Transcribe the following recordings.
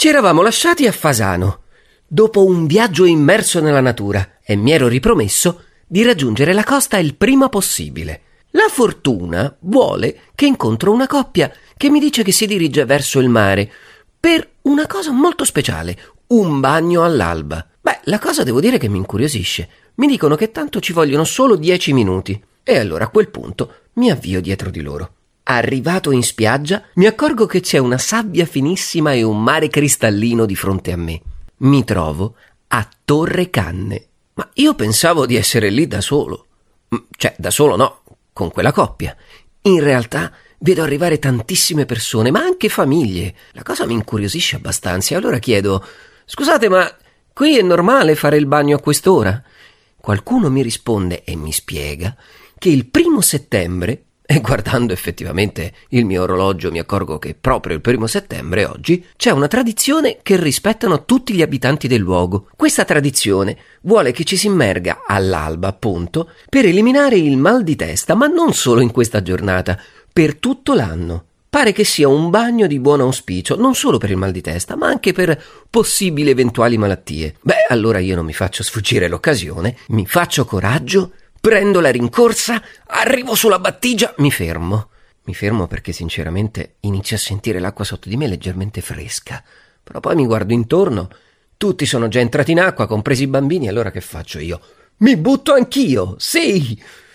Ci eravamo lasciati a Fasano, dopo un viaggio immerso nella natura, e mi ero ripromesso di raggiungere la costa il prima possibile. La fortuna vuole che incontro una coppia che mi dice che si dirige verso il mare per una cosa molto speciale, un bagno all'alba. Beh, la cosa devo dire che mi incuriosisce. Mi dicono che tanto ci vogliono solo 10 minuti. E allora a quel punto mi avvio dietro di loro. Arrivato in spiaggia, mi accorgo che c'è una sabbia finissima e un mare cristallino di fronte a me. Mi trovo a Torre Canne. Ma io pensavo di essere lì da solo. Cioè, da solo no, con quella coppia. In realtà vedo arrivare tantissime persone, ma anche famiglie. La cosa mi incuriosisce abbastanza e allora chiedo: scusate, ma qui è normale fare il bagno a quest'ora? Qualcuno mi risponde e mi spiega che il 1° settembre, e guardando effettivamente il mio orologio mi accorgo che proprio il 1° settembre oggi, c'è una tradizione che rispettano tutti gli abitanti del luogo. Questa tradizione vuole che ci si immerga all'alba, appunto, per eliminare il mal di testa, ma non solo in questa giornata, per tutto l'anno. Pare che sia un bagno di buon auspicio, non solo per il mal di testa, ma anche per possibili eventuali malattie. Beh, allora io non mi faccio sfuggire l'occasione, mi faccio coraggio, prendo la rincorsa, arrivo sulla battigia, mi fermo. Mi fermo perché sinceramente inizio a sentire l'acqua sotto di me leggermente fresca. Però poi mi guardo intorno, tutti sono già entrati in acqua, compresi i bambini, allora che faccio io? Mi butto anch'io, sì!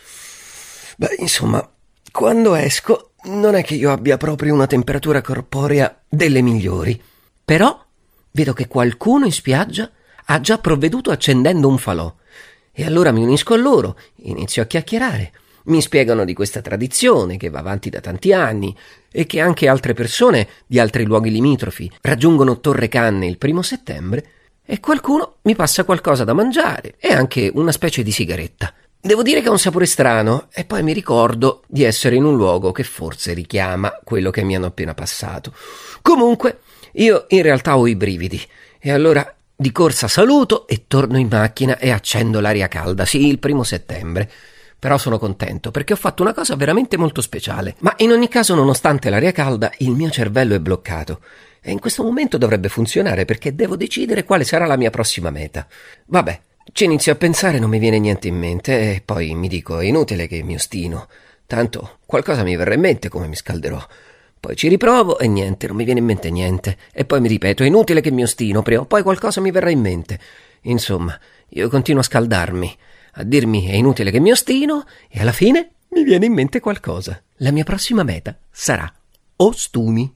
Beh, insomma, quando esco non è che io abbia proprio una temperatura corporea delle migliori. Però vedo che qualcuno in spiaggia ha già provveduto accendendo un falò. E allora mi unisco a loro, inizio a chiacchierare. Mi spiegano di questa tradizione che va avanti da tanti anni e che anche altre persone di altri luoghi limitrofi raggiungono Torre Canne il 1° settembre, e qualcuno mi passa qualcosa da mangiare e anche una specie di sigaretta. Devo dire che ha un sapore strano e poi mi ricordo di essere in un luogo che forse richiama quello che mi hanno appena passato. Comunque, io in realtà ho i brividi e allora di corsa saluto e torno in macchina e accendo l'aria calda. Sì, il 1° settembre. Però sono contento perché ho fatto una cosa veramente molto speciale. Ma in ogni caso, nonostante l'aria calda, il mio cervello è bloccato. E in questo momento dovrebbe funzionare perché devo decidere quale sarà la mia prossima meta. Vabbè, ci inizio a pensare, non mi viene niente in mente e poi mi dico: è inutile che mi ostino. Tanto qualcosa mi verrà in mente come mi scalderò. Poi ci riprovo e niente, non mi viene in mente niente. E poi mi ripeto: è inutile che mi ostino, prima o poi qualcosa mi verrà in mente. Insomma, io continuo a scaldarmi, a dirmi è inutile che mi ostino, e alla fine mi viene in mente qualcosa. La mia prossima meta sarà Ostuni.